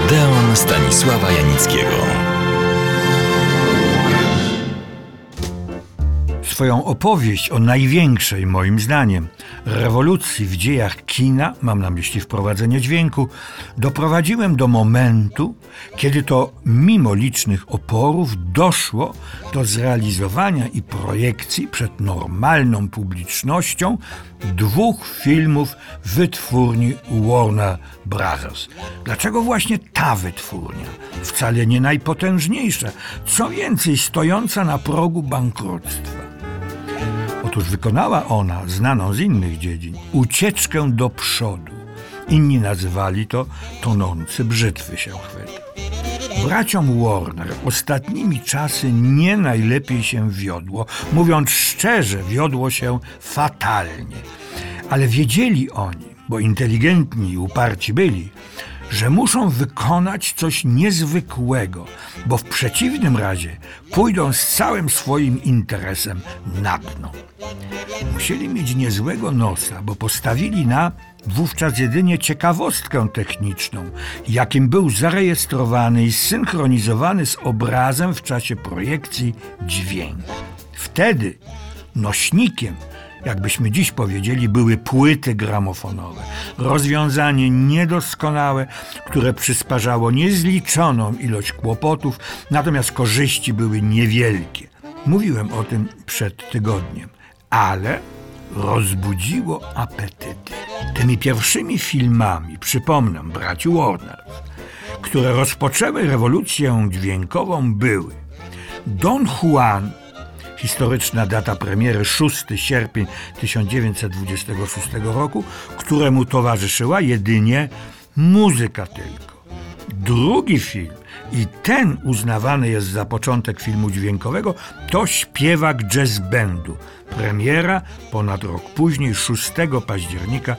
Odeon Stanisława Janickiego. Swoją opowieść o największej, moim zdaniem, rewolucji w dziejach kina, mam na myśli wprowadzenie dźwięku, doprowadziłem do momentu, kiedy to mimo licznych oporów doszło do zrealizowania i projekcji przed normalną publicznością 2 filmów wytwórni Warner Brothers. Dlaczego właśnie ta wytwórnia? Wcale nie najpotężniejsza, co więcej stojąca na progu bankructwa. Otóż wykonała ona, znaną z innych dziedzin, ucieczkę do przodu. Inni nazywali to tonący brzytwy się chwyt. Braciom Warner ostatnimi czasy nie najlepiej się wiodło. Mówiąc szczerze, wiodło się fatalnie. Ale wiedzieli oni, bo inteligentni i uparci byli, że muszą wykonać coś niezwykłego, bo w przeciwnym razie pójdą z całym swoim interesem na dno. Musieli mieć niezłego nosa, bo postawili na wówczas jedynie ciekawostkę techniczną, jakim był zarejestrowany i zsynchronizowany z obrazem w czasie projekcji dźwięk. Wtedy nośnikiem, jakbyśmy dziś powiedzieli, były płyty gramofonowe. Rozwiązanie niedoskonałe, które przysparzało niezliczoną ilość kłopotów, natomiast korzyści były niewielkie. Mówiłem o tym przed tygodniem, ale rozbudziło apetyty. Tymi pierwszymi filmami, przypomnę, braci Warner, które rozpoczęły rewolucję dźwiękową, były Don Juan, historyczna data premiery 6 sierpień 1926 roku, któremu towarzyszyła jedynie muzyka tylko. Drugi film, i ten uznawany jest za początek filmu dźwiękowego, to Śpiewak jazz bandu. Premiera ponad rok później, 6 października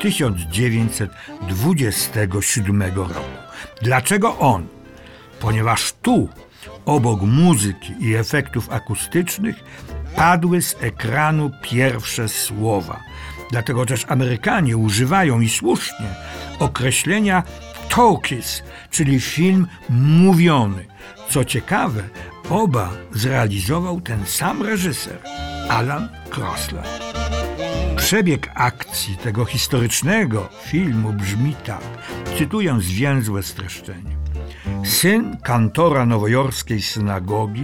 1927 roku. Dlaczego on? Ponieważ tu, obok muzyki i efektów akustycznych, padły z ekranu pierwsze słowa. Dlatego też Amerykanie używają, i słusznie, określenia talkies, czyli film mówiony. Co ciekawe, oba zrealizował ten sam reżyser, Alan Crosland. Przebieg akcji tego historycznego filmu brzmi tak, cytuję zwięzłe streszczenie. Syn kantora nowojorskiej synagogi,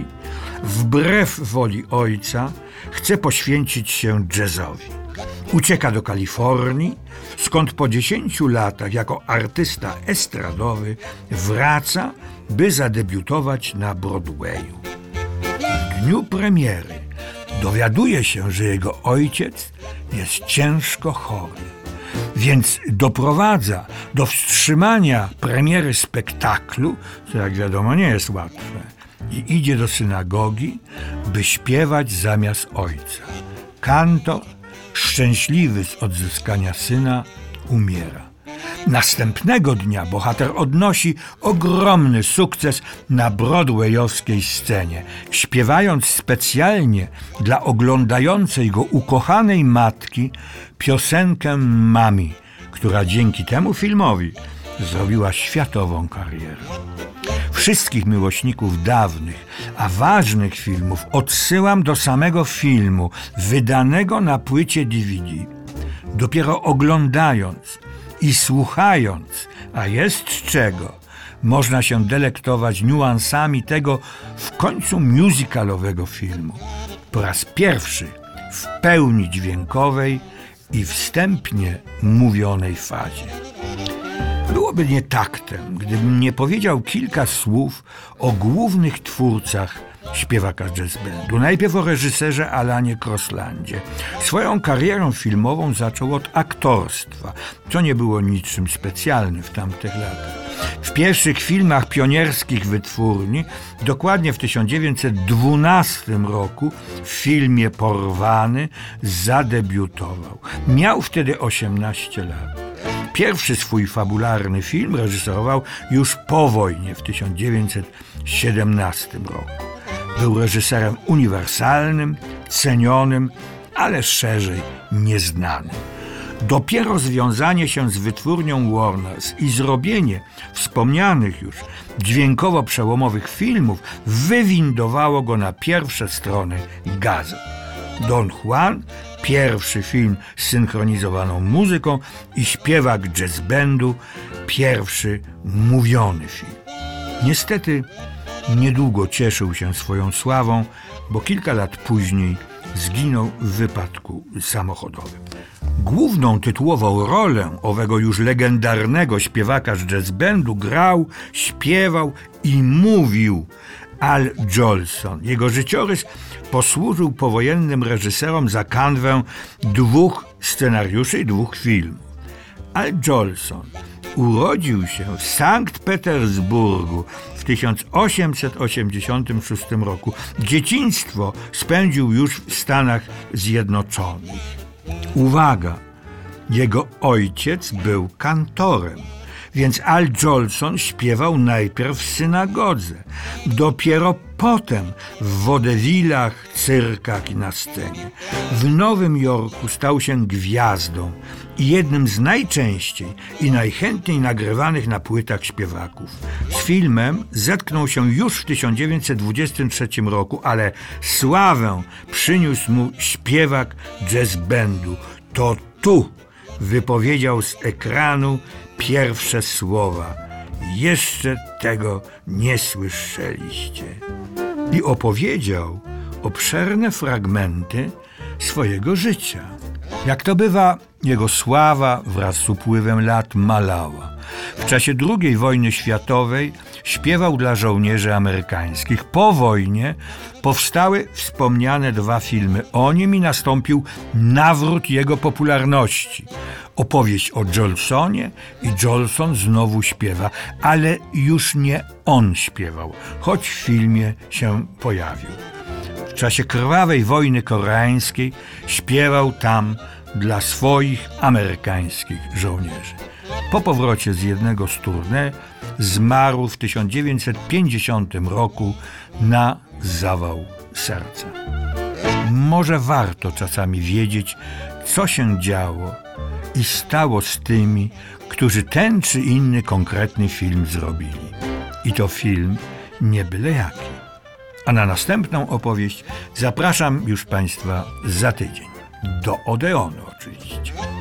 wbrew woli ojca, chce poświęcić się jazzowi. Ucieka do Kalifornii, skąd po 10 latach jako artysta estradowy wraca, by zadebiutować na Broadwayu. W dniu premiery dowiaduje się, że jego ojciec jest ciężko chory, więc doprowadza do wstrzymania premiery spektaklu, co jak wiadomo nie jest łatwe, i idzie do synagogi, by śpiewać zamiast ojca. Kantor, szczęśliwy z odzyskania syna, umiera. Następnego dnia bohater odnosi ogromny sukces na broadwayowskiej scenie, śpiewając specjalnie dla oglądającej go ukochanej matki piosenkę Mami, która dzięki temu filmowi zrobiła światową karierę. Wszystkich miłośników dawnych, a ważnych filmów odsyłam do samego filmu, wydanego na płycie DVD. Dopiero oglądając i słuchając, a jest czego, można się delektować niuansami tego w końcu musicalowego filmu. Po raz pierwszy w pełni dźwiękowej i wstępnie mówionej fazie. Byłoby nietaktem, gdybym nie powiedział kilka słów o głównych twórcach Śpiewaka jazz bandu. Najpierw o reżyserze Alanie Croslandzie. Swoją karierę filmową zaczął od aktorstwa, co nie było niczym specjalnym w tamtych latach. W pierwszych filmach pionierskich wytwórni, dokładnie w 1912 roku, w filmie Porwany zadebiutował. Miał wtedy 18 lat. Pierwszy swój fabularny film reżyserował już po wojnie w 1917 roku. Był reżyserem uniwersalnym, cenionym, ale szerzej nieznanym. Dopiero związanie się z wytwórnią Warners i zrobienie wspomnianych już dźwiękowo przełomowych filmów wywindowało go na pierwsze strony gazet. Don Juan, pierwszy film z synchronizowaną muzyką, i Śpiewak jazz bandu, pierwszy mówiony film. Niestety niedługo cieszył się swoją sławą, bo kilka lat później zginął w wypadku samochodowym. Główną tytułową rolę owego już legendarnego śpiewaka z jazz bandu grał, śpiewał i mówił Al Jolson. Jego życiorys posłużył powojennym reżyserom za kanwę 2 scenariuszy i 2 filmów. Al Jolson urodził się w Sankt Petersburgu w 1886 roku. Dzieciństwo spędził już w Stanach Zjednoczonych. Uwaga! Jego ojciec był kantorem, więc Al Jolson śpiewał najpierw w synagodze, dopiero potem w wodewilach, cyrkach i na scenie. W Nowym Jorku stał się gwiazdą i jednym z najczęściej i najchętniej nagrywanych na płytach śpiewaków. Z filmem zetknął się już w 1923 roku, ale sławę przyniósł mu śpiewak jazz bandu. To tu wypowiedział z ekranu pierwsze słowa: jeszcze tego nie słyszeliście. I opowiedział obszerne fragmenty swojego życia. Jak to bywa, jego sława wraz z upływem lat malała. W czasie II wojny światowej śpiewał dla żołnierzy amerykańskich. Po wojnie powstały wspomniane 2 filmy o nim i nastąpił nawrót jego popularności. Opowieść o Jolsonie i Jolson znowu śpiewa, ale już nie on śpiewał, choć w filmie się pojawił. W czasie krwawej wojny koreańskiej śpiewał tam dla swoich amerykańskich żołnierzy. Po powrocie z jednego z tournée zmarł w 1950 roku na zawał serca. Może warto czasami wiedzieć, co się działo i stało z tymi, którzy ten czy inny konkretny film zrobili. I to film nie byle jaki. A na następną opowieść zapraszam już Państwa za tydzień. Do Odeonu oczywiście.